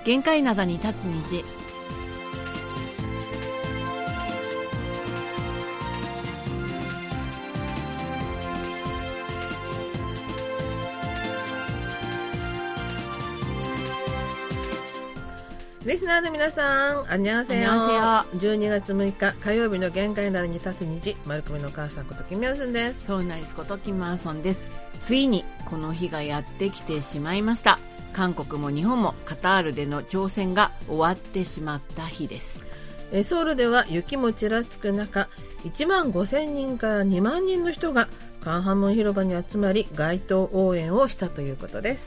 限界灘に立つ虹。 リスナーの皆さん、안녕하세요。12月6日火曜日の限界灘に立つ虹、丸組の母さんことキムヤスンです。 そうナリスことキムアソンです。ついにこの日がやってきてしまいました。韓国も日本もカタールでの挑戦が終わってしまった日です。 ソウルでは雪もちらつく中、1万5000人から2万人の人がカンハムン広場に集まり街頭応援をしたということです。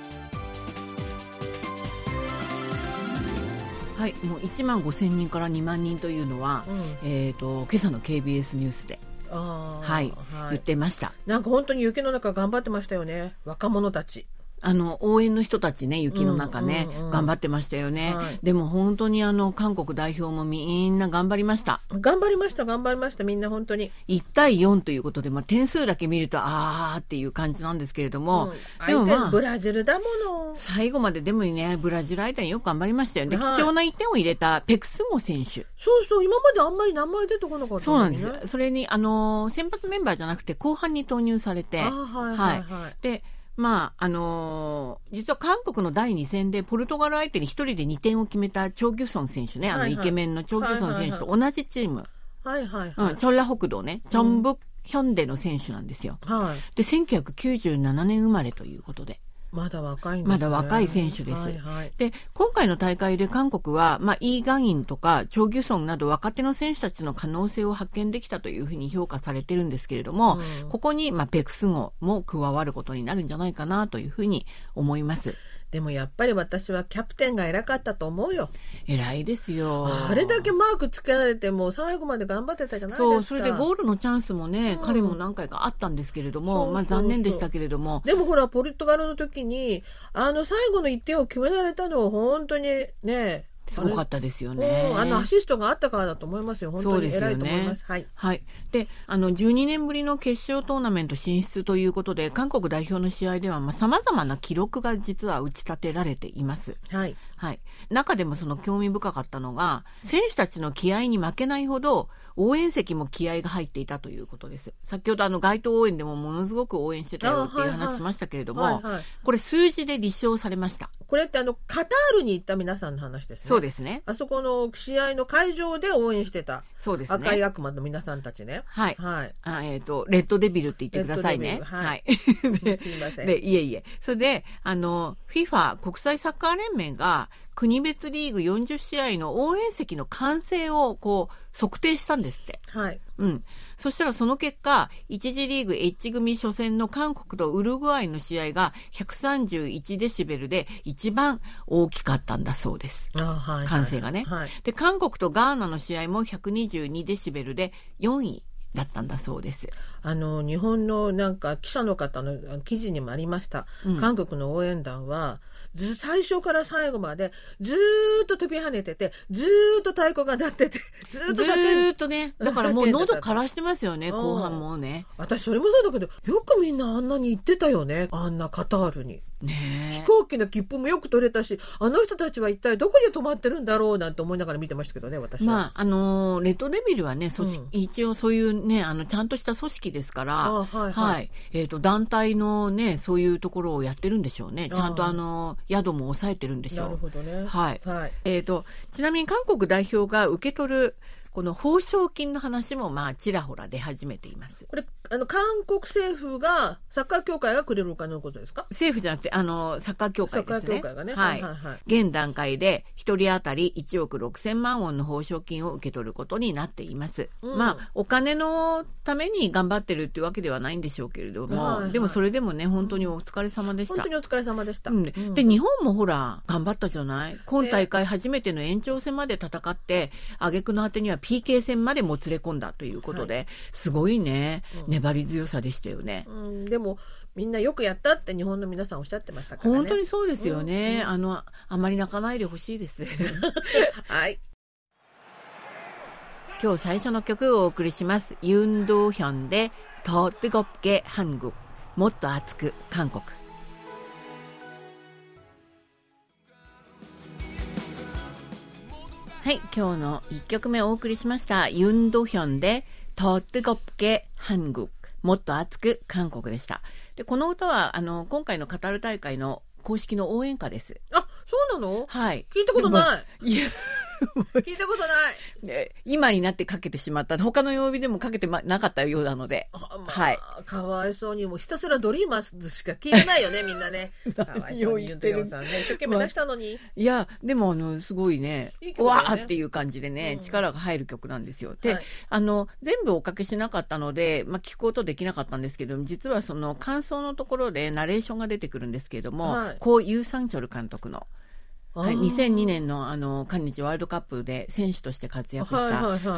はい、もう1万5000人から2万人というのは、今朝の KBS ニュースで言ってました。 なんか本当に雪の中頑張ってましたよね、若者たち。 応援の人たちね、雪の中ね、頑張ってましたよね、でも本当に韓国代表もみんな頑張りました。 頑張りましたみんな本当に。 1対4ということで、点数だけ見るとあーっていう感じなんですけれども、 でも相手ブラジルだもの。 最後まででもね、ブラジル相手によく頑張りましたよね、貴重な1点を入れたペクスゴ選手。 そう今まであんまり名前出てこなかった、ね、 そうなんです。それに先発メンバーじゃなくて後半に投入されて、で実は韓国の第2戦でポルトガル相手に1人で2点を決めたチョ・ギュソン選手ね、イケメンのチョ・ギュソン選手と同じチーム、チョンラ北道ね、チョンブヒョンデの選手なんですよ、で1997年生まれということでまだ若いんですね。 まだ若い選手です、で今回の大会で韓国は、イー・ガンインとかチョ・ギュソンなど若手の選手たちの可能性を発見できたというふうに評価されてるんですけれども、ここに、ペクスゴも加わることになるんじゃないかなというふうに思います。 でもやっぱり私はキャプテンが偉かったと思うよ。 偉いですよ。 あれだけマークつけられても最後まで頑張ってたじゃないですか。 そうそれでゴールのチャンスもね、彼も何回かあったんですけれども、残念でしたけれども、 でもほらポルトガルの時に最後の1点を決められたのは本当にねすごかったですよね。 アシストがあったからだと思いますよ。本当に偉いと思います。 で12年ぶりの決勝トーナメント進出ということで、韓国代表の試合ではさまざまな記録が実は打ち立てられています。中でもその興味深かったのが、選手たちの気合に負けないほど応援席も気合が入っていたということです。先ほど街頭応援でもものすごく応援してたよっていう話しましたけれども、これ数字で立証されました。 これってカタールに行った皆さんの話ですね。 そうですね。 あそこの試合の会場で応援してた、 そうですね、 赤い悪魔の皆さんたちね。 レッドデビルって言ってくださいね。すいません。いえ。それでFIFA 国際サッカー連盟が国別リーグ40試合の応援席の完成を測定したんですって。そしたらその結果、1次リーグ H 組初戦の韓国とウルグアイの試合が131デシベルで一番大きかったんだそうです。歓声がね。で韓国とガーナの試合も122デシベルで4位だったんだそうです。 日本のなんか記者の方の記事にもありました、韓国の応援団は最初から最後までずーっと飛び跳ねてて、ずーっと太鼓が鳴ってて、ずーっとね、だからもう喉枯らしてますよね、後半もね。 私それもそうだけど、よくみんなあんなに行ってたよね、あんなカタールに。飛行機の切符もよく取れたし、あの人たちは一体どこで泊まってるんだろうなんて思いながら見てましたけどね、私は。 レッドデビルはね、一応そういうね、ちゃんとした組織ですから、団体のね、そういうところをやってるんでしょうね。ちゃんと宿も抑えてるんでしょう。 なるほどね。 ちなみに韓国代表が受け取るこの報奨金の話もちらほら出始めています。 これ韓国政府がサッカー協会がくれるお金のことですか？ 政府じゃなくてサッカー協会ですね。 サッカー協会がね。 現段階で1人当たり1億6000万ウォンの報奨金を受け取ることになっています。お金のために頑張ってるっていうわけではないんでしょうけれども、でもそれでもね、本当にお疲れ様でした。 本当にお疲れ様でした。 で日本もほら頑張ったじゃない。今大会初めての延長戦まで戦って、挙句の果てには PK 戦までもつれ込んだということで、すごいね、粘り強さでしたよね。 でもみんなよくやったって日本の皆さんおっしゃってましたからね。 本当にそうですよね。あまり泣かないでほしいです。今日最初の曲をお送りします。ユンドヒョンで더뜨겁게 한국、もっと熱く韓国。 はい、今日の1曲目お送りしました。ユンドヒョンで더뜨겁게 한국、もっと熱く韓国でした。で、この歌は今回のカタール大会の公式の応援歌です。 あ、そうなの？ はい。 聞いたことない。 いや聞いたことない。 で、今になってかけてしまった。他の曜日でもかけてなかったようなので。はい。 かわいそうに、もうひたすらドリーマーズしか聞いてないよね、みんなね。かわいそうにユンドヒョンさんね。一生懸命出したのに。 いや、でもすごいね、うわーっていう感じでね、力が入る曲なんですよ。で、全部おかけしなかったので、聞くことできなかったんですけども、実はその感想のところでナレーションが出てくるんですけれども、コウ・ユーサンチョル監督の、はい、2002年の韓日ワールドカップで選手として活躍した、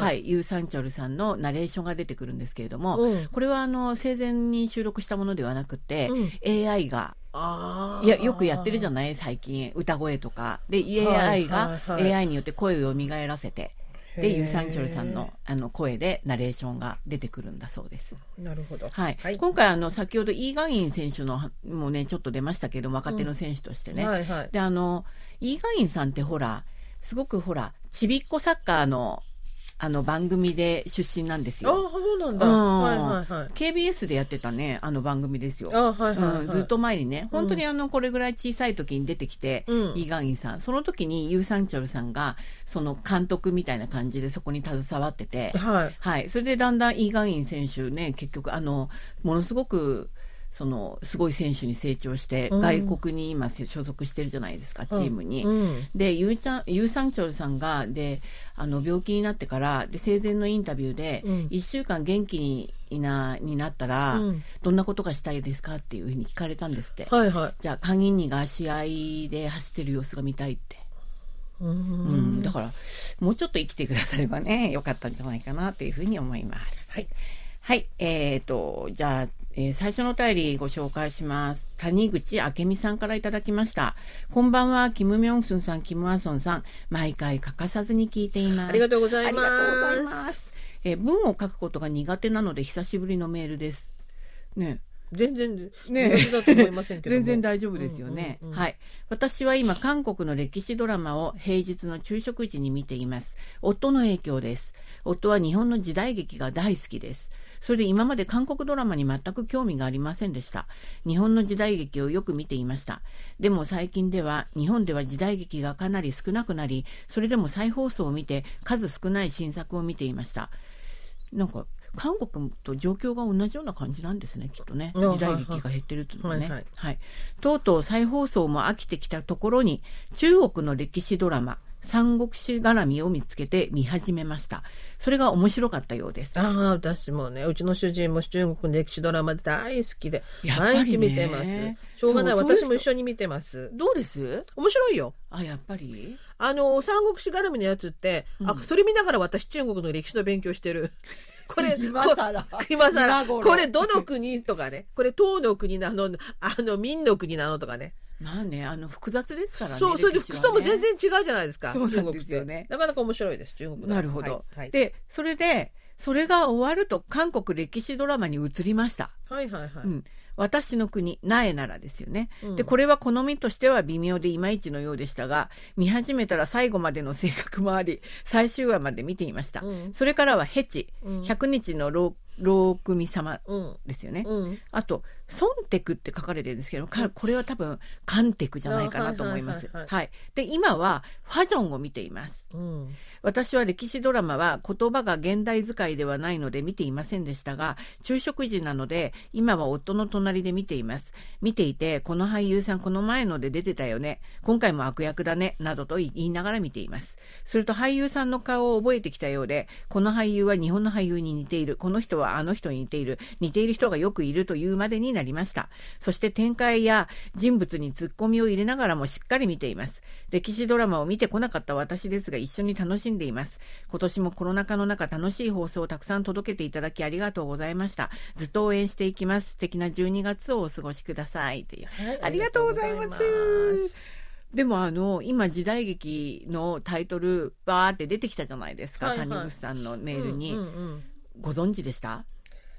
ユー・サンチョルさんのナレーションが出てくるんですけれども、これは生前に収録したものではなくて、AI がよくやってるじゃない最近、歌声とかで AI が AI によって声を蘇らせて、でユー・サンチョルさんの声でナレーションが出てくるんだそうです。 なるほど。 はい。今回先ほどイー・ガンイン選手のもねちょっと出ましたけど、若手の選手としてね。でイー・ガンインさんってすごくちびっこサッカーの番組で出身なんですよ。 あ、そうなんだ。 KBS でやってたね、番組ですよ。ずっと前にね、本当にこれぐらい小さい時に出てきて、イー・ガンインさん、その時にユー・サンチョルさんがその監督みたいな感じでそこに携わってて、それでだんだんイー・ガンイン選手ね、結局ものすごくすごい選手に成長して、外国に今所属してるじゃないですか、チームに。でユー・サンチョルさんが病気になってからで、生前のインタビューで、1週間元気になったら、どんなことがしたいですかっていうふうに聞かれたんですって。じゃあカン・インニが試合で走ってる様子が見たいって。だからもうちょっと生きてくださればね、よかったんじゃないかなというふうに思います。はい、じゃあ、最初のお便りご紹介します。谷口明美さんからいただきました。こんばんは、キム・ミョンスンさん、キム・アソンさん、毎回欠かさずに聞いています。 ありがとうございます。 文を書くことが苦手なので久しぶりのメールです。ね。 全然だと思いませんけども全然大丈夫ですよね。はい。私は今韓国の歴史ドラマを平日の昼食時に見ています。夫の影響です。夫は日本の時代劇が大好きです。それで今まで韓国ドラマに全く興味がありませんでした。日本の時代劇をよく見ていました。でも最近では日本では時代劇がかなり少なくなり、それでも再放送を見て数少ない新作を見ていました。なんか韓国と状況が同じような感じなんですね、きっとね。時代劇が減ってるというのはね。とうとう再放送も飽きてきたところに、中国の歴史ドラマ三国志絡みを見つけて見始めました。それが面白かったようです。 私もね、うちの主人も中国の歴史ドラマ大好きで、毎日見てます。しょうがない。私も一緒に見てます。 どうです？ 面白いよ。 やっぱり三国志絡みのやつって、それ見ながら私中国の歴史の勉強してる。これ今更これどの国とかね、これ唐の国なの、明の国なのとかね。 複雑ですからね。 それで服装も全然違うじゃないですか。 そうなんですよね。 なかなか面白いです、中国の。 なるほど。で、それが終わると韓国歴史ドラマに移りました。私の国、苗ならですよね。で、これは好みとしては微妙でいまいちのようでしたが、見始めたら最後までの性格もあり、最終話まで見ていました。それからはヘチ、100日の老組様ですよね。あと、ソンテクって書かれてるんですけど、これは多分、カンテクじゃないかなと思います。で、今はファジョンを見ています。私は歴史ドラマは言葉が現代使いではないので見ていませんでしたが、昼食時なので今は夫の隣で見ています。見ていて、この俳優さんこの前ので出てたよね、今回も悪役だね、などと言いながら見ています。すると俳優さんの顔を覚えてきたようで、この俳優は日本の俳優に似ている、この人はあの人に似ている人がよくいるというまでになりました。そして展開や人物にツッコミを入れながらもしっかり見ています。歴史ドラマを見てこなかった私ですが、一緒に楽しんでいます。今年もコロナ禍の中、楽しい放送をたくさん届けていただきありがとうございました。ずっと応援していきます。素敵な12月をお過ごしくださいという、ありがとうございます。でも今時代劇のタイトルバーって出てきたじゃないですか、谷口さんのメールに。ご存知でした？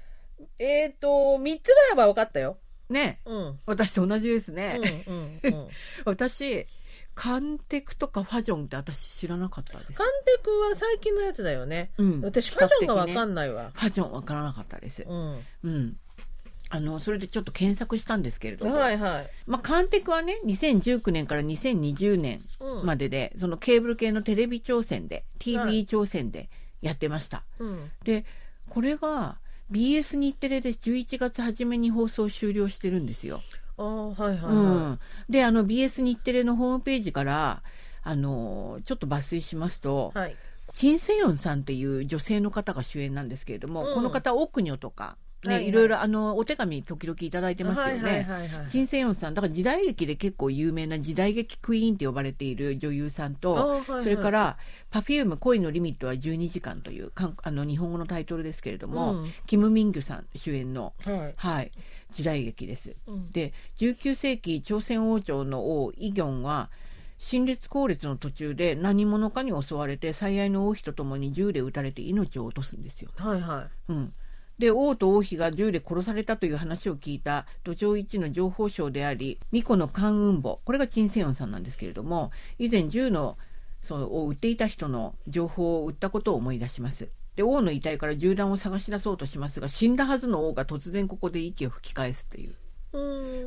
3つぐらいは分かったよ。 ね、私と同じですね。私カンテクとかファジョンって私知らなかったです。 カンテクは最近のやつだよね。私ファジョンが分かんないわ。 ファジョン分からなかったです。それでちょっと検索したんですけれども、カンテクはね、2019年から2020年までで、そのケーブル系のテレビ挑戦で TV 挑戦でやってました。でこれが BS 日テレで11月初めに放送終了してるんですよ。でBS 日テレのホームページからちょっと抜粋しますと、チン・セヨンさんっていう女性の方が主演なんですけれども、この方オクニョとかいろいろお手紙時々いただいてますよね。チン・セヨンさんだから時代劇で結構有名な時代劇クイーンって呼ばれている女優さんと、それから Perfume 恋のリミットは12時間という日本語のタイトルですけれども、キム・ミンギュさん主演の、時代劇です。で19世紀朝鮮王朝の王イギョンは侵略行列の途中で何者かに襲われて最愛の王妃とともに銃で撃たれて命を落とすんですよ。で王と王妃が銃で殺されたという話を聞いた土壌一の情報省であり巫女のカン・ウンボ、これがチン・セヨンさんなんですけれども、以前銃を撃っていた人の情報を売ったことを思い出します。で王の遺体から銃弾を探し出そうとしますが、死んだはずの王が突然ここで息を吹き返すっていう、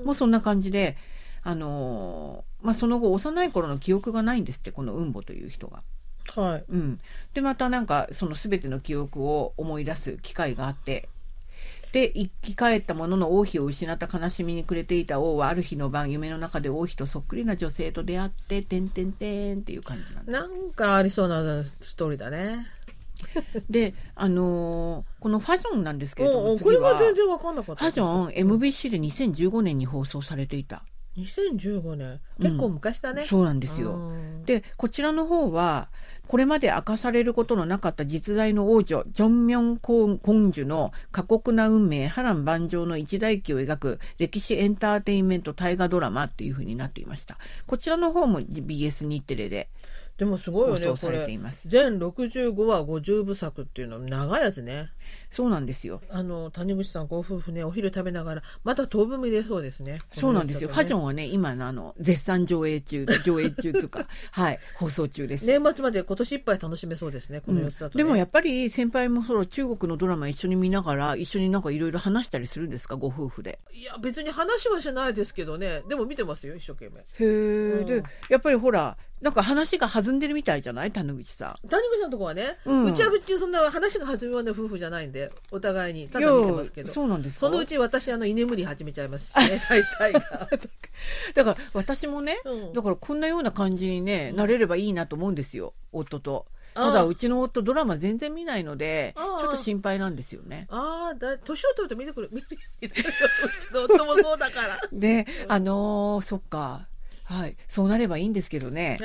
もうそんな感じで、その後幼い頃の記憶がないんですって、このウンボという人が。でまたなんかその全ての記憶を思い出す機会があって、で生き返ったものの王妃を失った悲しみに暮れていた王はある日の晩夢の中で王妃とそっくりな女性と出会っててんてんてんっていう感じなんです。 なんかありそうなストーリーだね。 でこのファジョンなんですけれども、 これが全然分かんなかった。 ファジョン MBC で2015年に放送されていた。 2015年、結構昔だね。 そうなんですよ。でこちらの方はこれまで明かされることのなかった実在の王女ジョンミョンコンジュの過酷な運命波乱万丈の一代記を描く歴史エンターテインメント大河ドラマっていう風になっていました。こちらの方も BS 日テレででもすごいよね、 放送されています。 全65話50部作っていうの長いやつね。 そうなんですよ。 谷口さんご夫婦ね、お昼食べながらまた当分見れそうですね。 そうなんですよ。ファジョンはね今の絶賛上映中とか放送中です。 年末まで今年いっぱい楽しめそうですね、この様子だとね。 でもやっぱり先輩も中国のドラマ一緒に見ながら一緒になんかいろいろ話したりするんですか、ご夫婦で。 いや別に話はしないですけどね、でも見てますよ一生懸命。 でやっぱりほらなんか話が弾んでるみたいじゃない、谷口さん。 谷口さんのとこはね、うちは別にそんな話が弾むような夫婦じゃないんで、お互いにただ見てますけど。 そうなんですか。 そのうち私居眠り始めちゃいますしね、大体が。 だから私もね、だからこんなような感じにねなれればいいなと思うんですよ、夫と。ただうちの夫ドラマ全然見ないのでちょっと心配なんですよね。 年を取ると見てくるうちの夫もそうだからでそっか、そうなればいいんですけどね。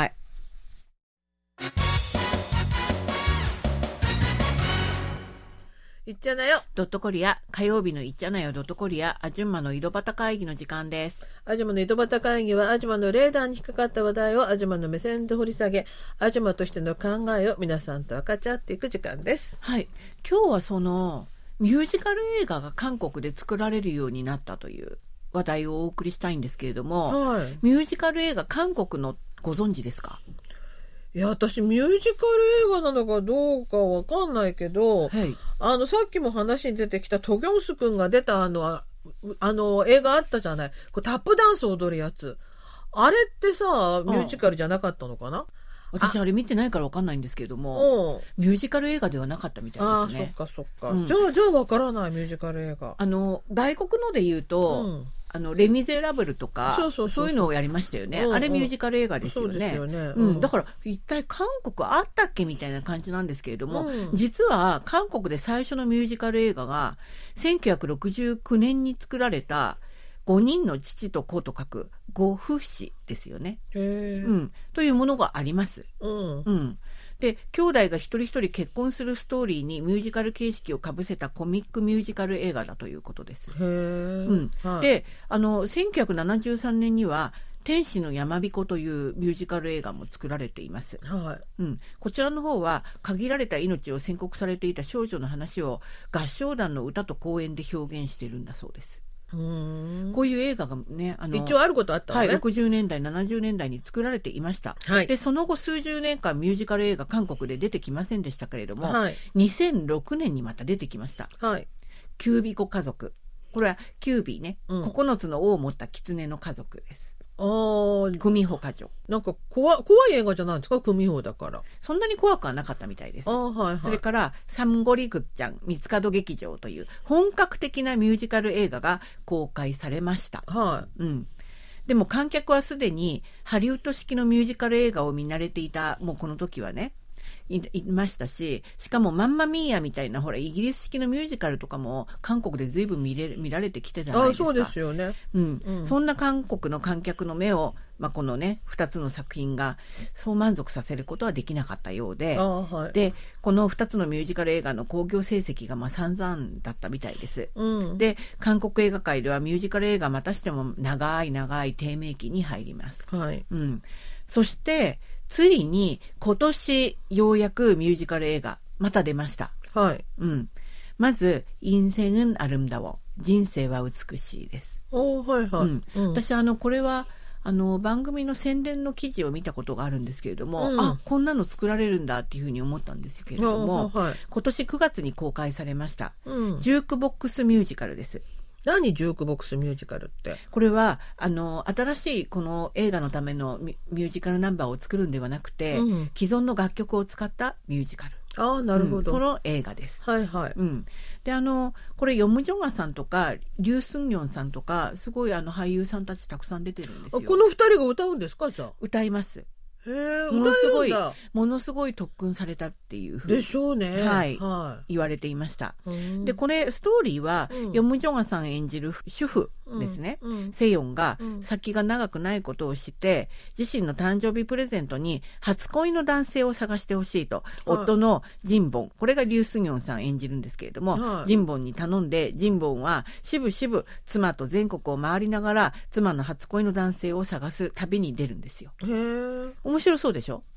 いっちゃなよドットコリア、火曜日のいっちゃなよドットコリア、アジュンマの井戸端会議の時間です。 アジュマの井戸端会議はアジュマのレーダーに引っかかった話題をアジュマの目線で掘り下げ、アジュマとしての考えを皆さんと分かち合っていく時間です。 今日はそのミュージカル映画が韓国で作られるようになったという話題をお送りしたいんですけれども、ミュージカル映画韓国のご存知ですか？ いや私ミュージカル映画なのかどうかわかんないけど、さっきも話に出てきたトギョンス君が出た映画あったじゃない、タップダンス踊るやつ、あれってさミュージカルじゃなかったのかな。 私あれ見てないから分かんないんですけれども、ミュージカル映画ではなかったみたいですね。 そっか、じゃあ分からない。ミュージカル映画外国ので言うと、レ・ミゼラブルとかそういうのをやりましたよね。あれミュージカル映画ですよね。だから一体韓国あったっけみたいな感じなんですけれども、実は韓国で最初のミュージカル映画が1969年に作られた5人の父と子と書く五夫子ですよね。というものがあります。で兄弟が一人一人結婚するストーリーにミュージカル形式をかぶせたコミックミュージカル映画だということです。で1973年には天使の山彦というミュージカル映画も作られています。こちらの方は限られた命を宣告されていた少女の話を合唱団の歌と公演で表現しているんだそうです。 こういう映画がね、 一応あることあったのね。 はい、60年代、70年代に作られていました。はい、で、その後数十年間ミュージカル映画韓国で出てきませんでしたけれども、はい、2006年にまた出てきました。はい、キュービコ家族。これはキュービーね、9つの尾を持った狐の家族です。クミホ家女。 なんか怖い映画じゃないですか、クミホだから。 そんなに怖くはなかったみたいです。はいはい、それからサムゴリグッチャン三つ角劇場という本格的なミュージカル映画が公開されました。はい。うん。でも観客はすでにハリウッド式のミュージカル映画を見慣れていた、もうこの時はね。いましたし、しかもマンマミーヤみたいなほらイギリス式のミュージカルとかも韓国で随分見られてきてじゃないですか。 そうですよね。 そんな韓国の観客の目を、このね2つの作品がそう満足させることはできなかったようで、はい、でこの2つのミュージカル映画の興行成績が散々だったみたいです。で韓国映画界ではミュージカル映画またしても長い低迷期に入ります。はい。そしてついに今年ようやくミュージカル映画また出ました。はい。まず인생은 아름다워、人生は美しいです。はいはい。私これは番組の宣伝の記事を見たことがあるんですけれども、こんなの作られるんだっていうふうに思ったんですけれども、はい、今年9月に公開されました、ジュークボックスミュージカルです。 何ジュークボックスミュージカルって？ これは新しいこの映画のためのミュージカルナンバーを作るんではなくて、既存の楽曲を使ったミュージカル。 なるほど。 その映画です。 はいはい。 でこれヨムジョンアさんとかリュウ・スンギョンさんとかすごい俳優さんたちたくさん出てるんですよ。 この2人が歌うんですか？じゃあ歌います。 へー、ものすごい特訓されたっていうふうでしょうね。 はい、言われていました。でこれストーリーは、ヨムジョンアさん演じる主婦ですね、セヨンが先が長くないことを知って自身の誕生日プレゼントに初恋の男性を探してほしいと、夫のジンボン、これがリュウ・スギョンさん演じるんですけれども、ジンボンに頼んで、ジンボンはしぶしぶ妻と全国を回りながら妻の初恋の男性を探す旅に出るんですよ。へー、面白そうでしょ。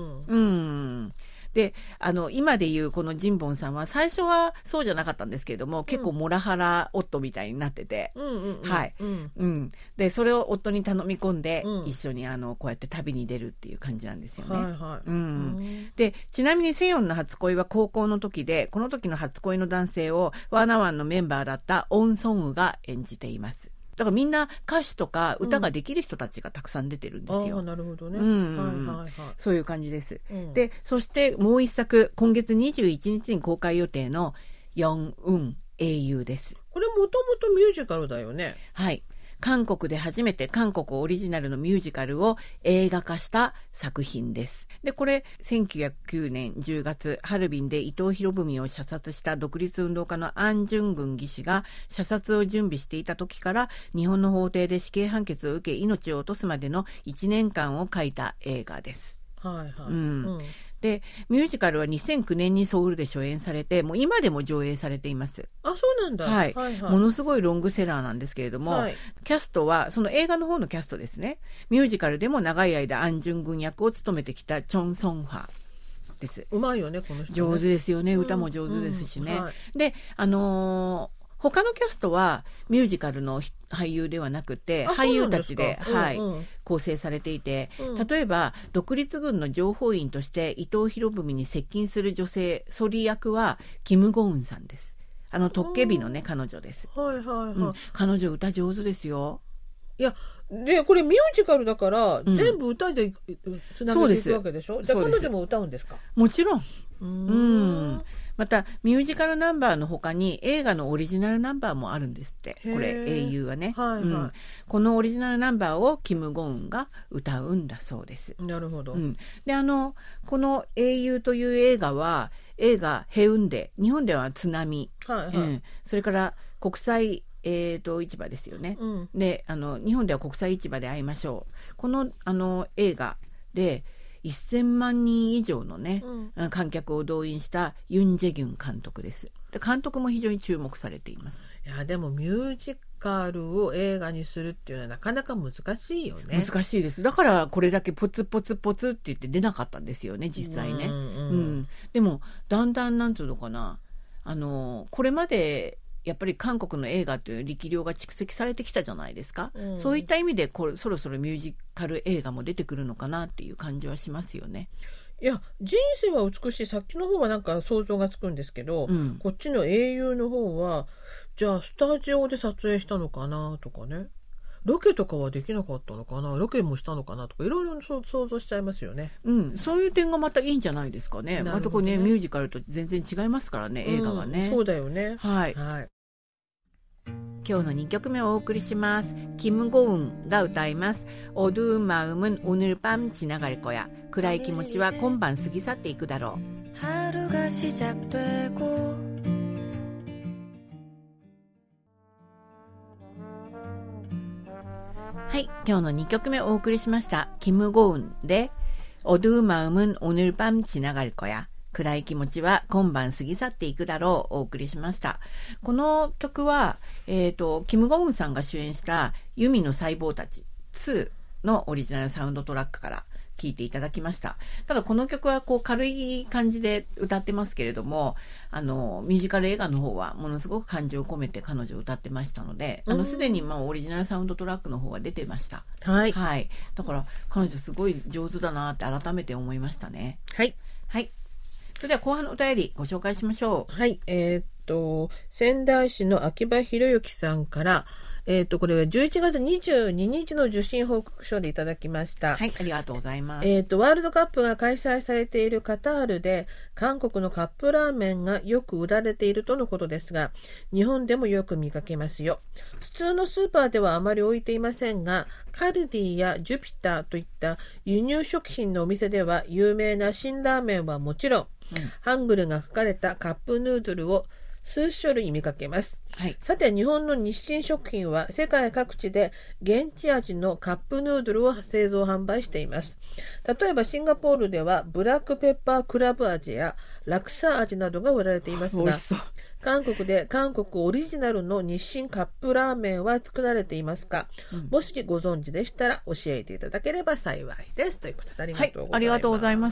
で今でいうこのジンボンさんは最初はそうじゃなかったんですけれども、結構モラハラ夫みたいになってて、でそれを夫に頼み込んで、一緒にこうやって旅に出るっていう感じなんですよね。でちなみにセヨンの初恋は高校の時で、この時の初恋の男性をワナワンのメンバーだったオン・ソンウが演じています。だからみんな歌手とか歌ができる人たちがたくさん出てるんですよ。 なるほどね。 そういう感じです。で、そしてもう一作、今月21日に公開予定のヨン・ウン英雄です。 これもともとミュージカルだよね。 はい。韓国で初めて韓国オリジナルのミュージカルを映画化した作品です。で、これ1909年10月、ハルビンで伊藤博文を射殺した独立運動家のアン・ジュングン義士が射殺を準備していた時から日本の法廷で死刑判決を受け命を落とすまでの1年間を描いた映画です。でミュージカルは2009年にソウルで初演されて、もう今でも上映されています。 そうなんだ。 はい。ものすごいロングセラーなんですけれども、キャストはその映画の方のキャストですね。ミュージカルでも長い間アン・ジュングン役を務めてきたチョン・ソンファです。 うまいよね、この人ね。 上手ですよね。歌も上手ですしね。で他のキャストはミュージカルの俳優ではなくて俳優たちで、構成されていて、例えば独立軍の情報員として伊藤博文に接近する女性ソリ役はキム・ゴウンさんです。トッケビのね彼女です。彼女歌上手ですよ。 いやでこれミュージカルだから、全部歌でつなげていくわけでしょ。じゃあ彼女も歌うんですか？ もちろん。またミュージカルナンバーの他に映画のオリジナルナンバーもあるんですって。これ英雄はね、このオリジナルナンバーをキム・ゴウンが歌うんだそうです。 なるほど。 でこの英雄という映画は映画ヘウンデ、日本では津波、それから国際市場ですよね。で日本では国際市場で会いましょう。この映画で1000万人以上のね、観客を動員したユン・ジェギュン監督です。で監督も非常に注目されています。 いやでもミュージカルを映画にするっていうのはなかなか難しいよね。 難しいです。だからこれだけポツポツポツって言って出なかったんですよね、実際ね。でもだんだんなんていうのかな、これまでやっぱり韓国の映画という力量が蓄積されてきたじゃないですか、そういった意味でそろそろミュージカル映画も出てくるのかなっていう感じはしますよね。 いや人生は美しい、さっきの方はなんか想像がつくんですけど、こっちの英雄の方はじゃあスタジオで撮影したのかなとかね、ロケとかはできなかったのかな、ロケもしたのかなとかいろいろ想像しちゃいますよね。そういう点がまたいいんじゃないですかね。またこうね、ミュージカルと全然違いますからね、映画はね。 そうだよね。 はい。今日の2曲目をお送りします。キム・ゴウンが歌います。어두운마음은오늘밤지나갈거야。暗い気持ちは今晩過ぎ去っていくだろう。하루가 시작되고はい、今日の2曲目をお送りしました。キム・ゴウンで어두운마음은오늘밤지나갈거야。暗い気持ちは今晩過ぎ去っていくだろうをお送りしました。この曲は、キム・ゴウンさんが主演したユミの細胞たち2のオリジナルサウンドトラックから聴いていただきました。ただこの曲はこう軽い感じで歌ってますけれども、ミュージカル映画の方はものすごく感情を込めて彼女を歌ってましたので、すでにオリジナルサウンドトラックの方は出てました。はい。はい。だから彼女すごい上手だなって改めて思いましたね。はい。はい。それでは後半のお便りご紹介しましょう。 はい。仙台市の秋葉博之さんから、これは11月22日の受信報告書でいただきました。 はい、ありがとうございます。 ワールドカップが開催されているカタールで、韓国のカップラーメンがよく売られているとのことですが、日本でもよく見かけますよ。普通のスーパーではあまり置いていませんが、カルディやジュピターといった輸入食品のお店では有名な辛ラーメンはもちろん、ハングルが書かれたカップヌードルを数種類見かけます。はい、さて日本の日清食品は世界各地で現地味のカップヌードルを製造販売しています。例えばシンガポールではブラックペッパークラブ味やラクサ味などが売られていますが、韓国で韓国オリジナルの日清カップラーメンは作られていますか、もしご存知でしたら教えていただければ幸いです。ということでありがとうございます。はい、 ありがとうございます。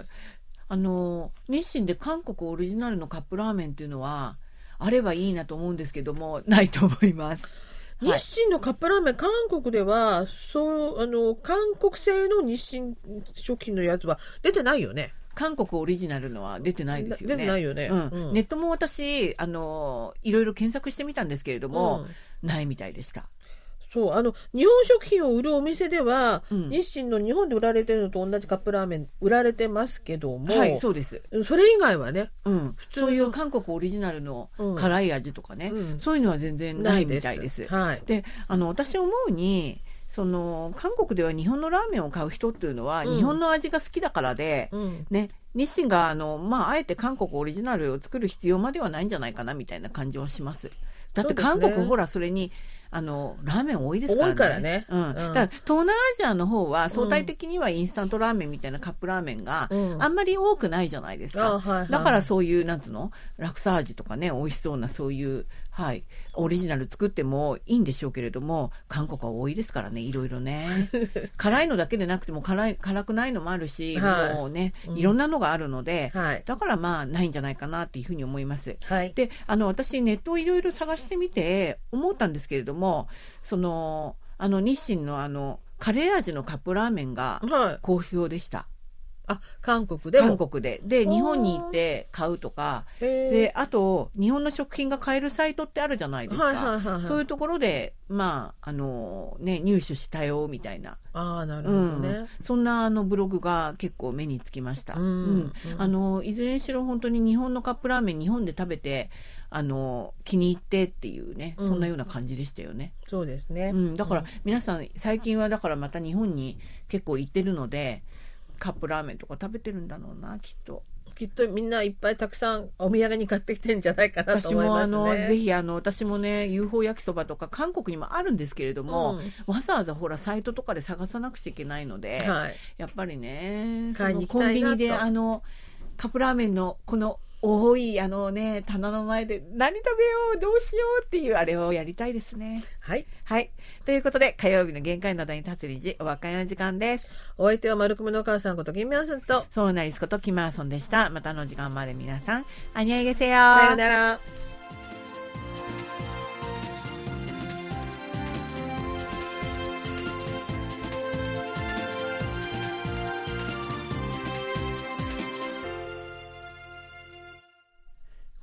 日清で韓国オリジナルのカップラーメンっていうのはあればいいなと思うんですけども、ないと思います。 日清のカップラーメン、韓国では韓国製の日清食品のやつは出てないよね。 韓国オリジナルのは出てないですよね。 出てないよね。 ネットも私いろいろ検索してみたんですけれども、ないみたいでした。 そう、日本食品を売るお店では、日清の日本で売られてるのと同じカップラーメン売られてますけども、 はい、そうです。 それ以外はね、 普通そういう韓国オリジナルの辛い味とかね、そういうのは全然ないみたいです。はい、で、私思うに、韓国では日本のラーメンを買う人っていうのは、日本の味が好きだからで、ね、日清があえて韓国オリジナルを作る必要まではないんじゃないかなみたいな感じはします。だって韓国、ほらそれにラーメン多いですからね。 多いからね。 だから東南アジアの方は相対的にはインスタントラーメンみたいなカップラーメンがあんまり多くないじゃないですか。だからそういうなんつうのラクサ味とかね、美味しそうなそういうオリジナル作ってもいいんでしょうけれども、韓国は多いですからね、いろいろね。辛いのだけでなくても辛くないのもあるし、もうね、いろんなのがあるので、だからないんじゃないかなっていうふうに思います。で、私ネットをいろいろ探してみて思ったんですけれども、日清のカレー味のカップラーメンが好評でした。 韓国でも。 韓国で。で、日本に行って買うとか、で、あと、日本の食品が買えるサイトってあるじゃないですか。そういうところで、入手したよ、みたいな。 なるほどね。 そんなブログが結構目につきました。いずれにしろ本当に日本のカップラーメン、日本で食べて、気に入ってっていうね、そんなような感じでしたよね。 そうですね。 だから皆さん、最近はだからまた日本に結構行ってるので、カップラーメンとか食べてるんだろうな、きっとみんないっぱいたくさんお土産に買ってきてんじゃないかなと思いますね。 ぜひ私もね UFO 焼きそばとか韓国にもあるんですけれども、わざわざほらサイトとかで探さなくちゃいけないので、やっぱりねコンビニでカップラーメンのこの多い棚の前で何食べようどうしようっていうあれをやりたいですね。はい、ということで火曜日の限界の台に立つ日時お別れの時間です。 お相手は丸組のお母さんことキム・ヨンスンとソウナリスことキム・アソンでした。またの時間まで皆さんアニョイゲセヨ。 さようなら。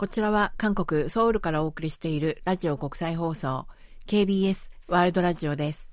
こちらは韓国ソウルからお送りしているラジオ国際放送 KBS ワールドラジオです。